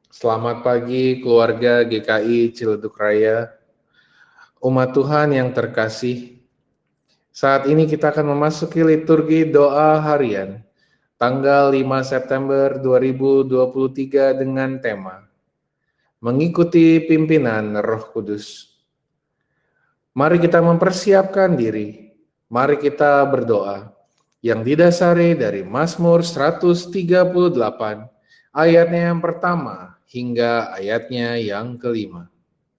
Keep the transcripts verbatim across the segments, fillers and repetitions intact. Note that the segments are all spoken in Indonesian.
Selamat pagi keluarga G K I Ciledug Raya, umat Tuhan yang terkasih. Saat ini kita akan memasuki liturgi doa harian, tanggal lima September dua ribu dua puluh tiga dengan tema Mengikuti Pimpinan Roh Kudus. Mari kita mempersiapkan diri, mari kita berdoa, yang didasari dari Mazmur seratus tiga puluh delapan, ayatnya yang pertama hingga ayatnya yang kelima.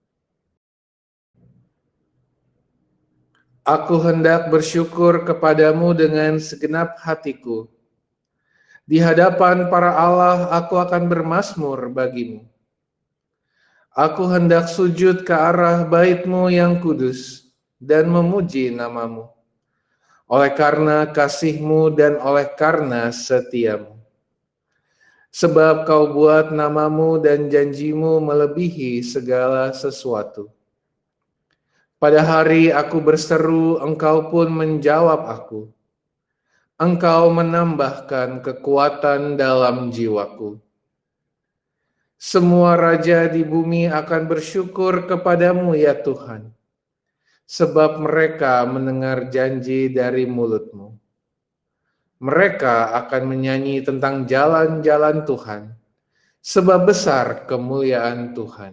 Aku hendak bersyukur kepadamu dengan segenap hatiku. Di hadapan para Allah aku akan bermazmur bagimu. Aku hendak sujud ke arah bait-Mu yang kudus dan memuji namamu. Oleh karena kasih-Mu dan oleh karena setia-Mu. Sebab Kau buat namamu dan janji-Mu melebihi segala sesuatu. Pada hari aku berseru, Engkau pun menjawab aku. Engkau menambahkan kekuatan dalam jiwaku. Semua raja di bumi akan bersyukur kepadamu ya Tuhan, sebab mereka mendengar janji dari mulut-Mu. Mereka akan menyanyi tentang jalan-jalan Tuhan, sebab besar kemuliaan Tuhan.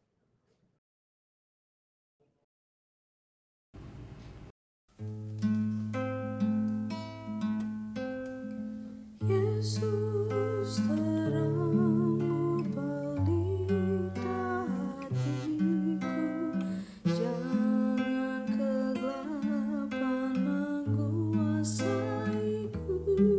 Yesus terangmu pelita hatiku, jangan kegelapan menguasaiku.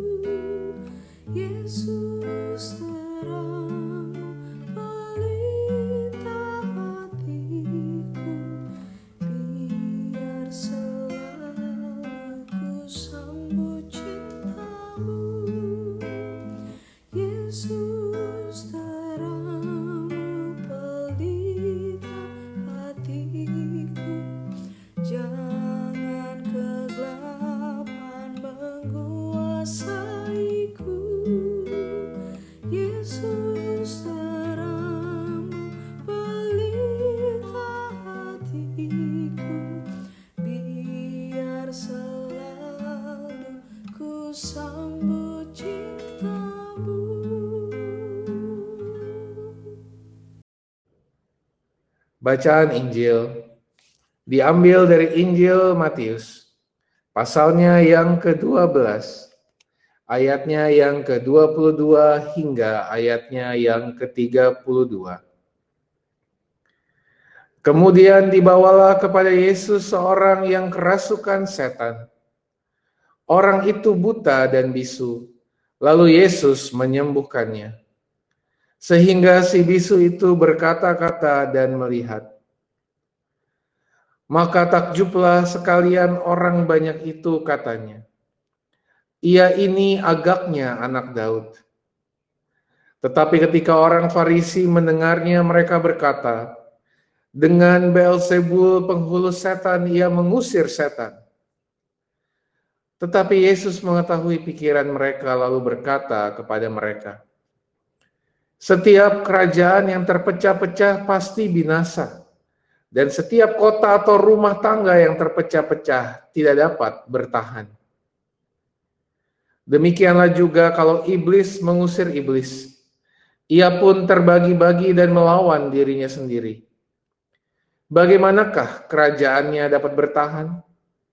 Yesus terangmu pelita hatiku, biar selalu ku sambut cintamu. Yesus terangmu pelita hatiku, jangan kegelapan menguasaiku. Yesus terangmu pelita hatiku, biar selalu ku sambut cintamu. Bacaan Injil diambil dari Injil Matius, pasalnya yang kedua belas, ayatnya yang kedua puluh dua hingga ayatnya yang ketiga puluh dua. Kemudian dibawalah kepada Yesus seorang yang kerasukan setan. Orang itu buta dan bisu, lalu Yesus menyembuhkannya. Sehingga si bisu itu berkata-kata dan melihat. Maka takjublah sekalian orang banyak itu, katanya. Ia ini agaknya anak Daud. Tetapi ketika orang Farisi mendengarnya, mereka berkata, dengan Beelzebul penghulu setan ia mengusir setan. Tetapi Yesus mengetahui pikiran mereka lalu berkata kepada mereka, setiap kerajaan yang terpecah-pecah pasti binasa, dan setiap kota atau rumah tangga yang terpecah-pecah tidak dapat bertahan. Demikianlah juga kalau iblis mengusir iblis, ia pun terbagi-bagi dan melawan dirinya sendiri. Bagaimanakah kerajaannya dapat bertahan?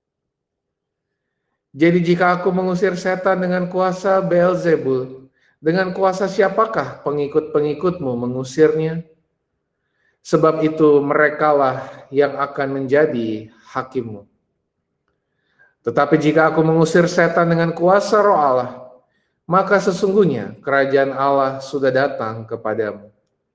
Jadi jika aku mengusir setan dengan kuasa Beelzebul, dengan kuasa siapakah pengikut-pengikutmu mengusirnya? Sebab itu merekalah yang akan menjadi hakimmu. Tetapi jika aku mengusir setan dengan kuasa Roh Allah, maka sesungguhnya kerajaan Allah sudah datang kepadamu.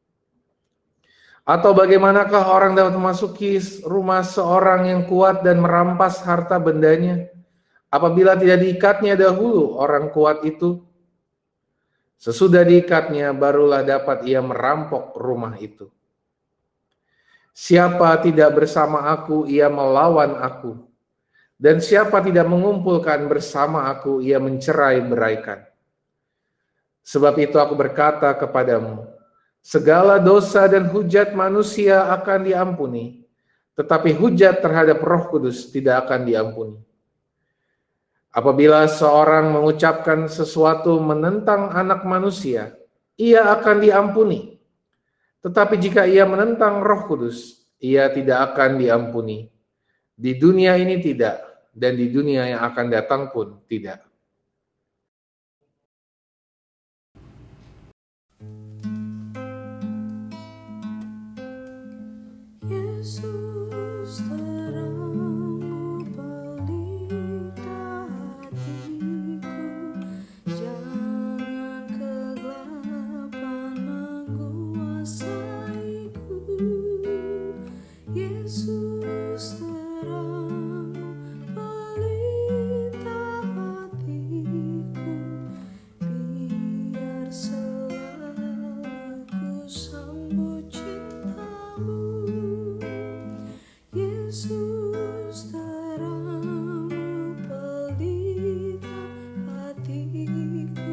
Atau bagaimanakah orang dapat memasuki rumah seorang yang kuat dan merampas harta bendanya, apabila tidak diikatnya dahulu orang kuat itu? Sesudah diikatnya, barulah dapat ia merampok rumah itu. Siapa tidak bersama aku, ia melawan aku. Dan siapa tidak mengumpulkan bersama aku, ia mencerai beraikan. Sebab itu aku berkata kepadamu, Segala dosa dan hujat manusia akan diampuni, tetapi hujat terhadap Roh Kudus tidak akan diampuni. Apabila seorang mengucapkan sesuatu menentang anak manusia, ia akan diampuni. Tetapi jika ia menentang Roh Kudus, ia tidak akan diampuni. Di dunia ini tidak, dan di dunia yang akan datang pun tidak. Yesus terangmu pelita hatiku, jangan kegelapan menguasaiku. Yesus terangmu pelita hatiku, biar selalu ku sambut cintamu. Yesus terangmu pelita hatiku,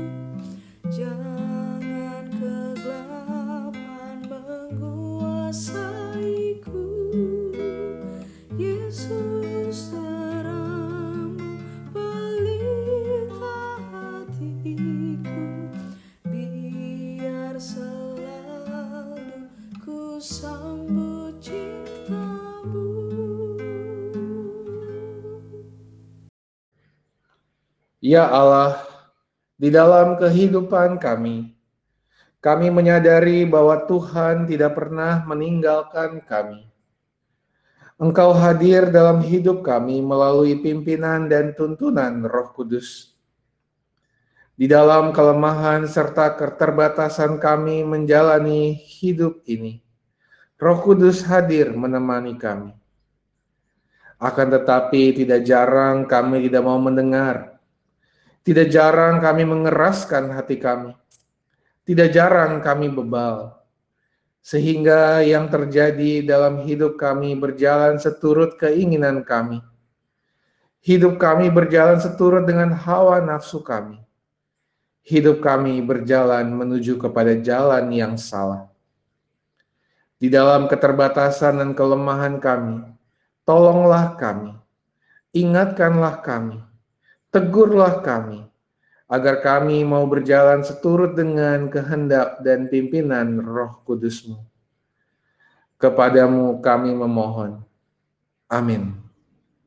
jangan kegelapan menguasaiku. Yesus terangmu pelita hatiku, biar selalu ku sambut cintamu. Ya Allah, di dalam kehidupan kami, kami menyadari bahwa Tuhan tidak pernah meninggalkan kami. Engkau hadir dalam hidup kami melalui pimpinan dan tuntunan Roh Kudus. Di dalam kelemahan serta keterbatasan kami menjalani hidup ini, Roh Kudus hadir menemani kami. Akan tetapi tidak jarang kami tidak mau mendengar. Tidak jarang kami mengeraskan hati kami. Tidak jarang kami bebal. Sehingga yang terjadi dalam hidup kami berjalan seturut keinginan kami. Hidup kami berjalan seturut dengan hawa nafsu kami. Hidup kami berjalan menuju kepada jalan yang salah. Di dalam keterbatasan dan kelemahan kami, tolonglah kami, ingatkanlah kami, tegurlah kami, agar kami mau berjalan seturut dengan kehendak dan pimpinan Roh Kudus-Mu. Kepadamu kami memohon. Amin.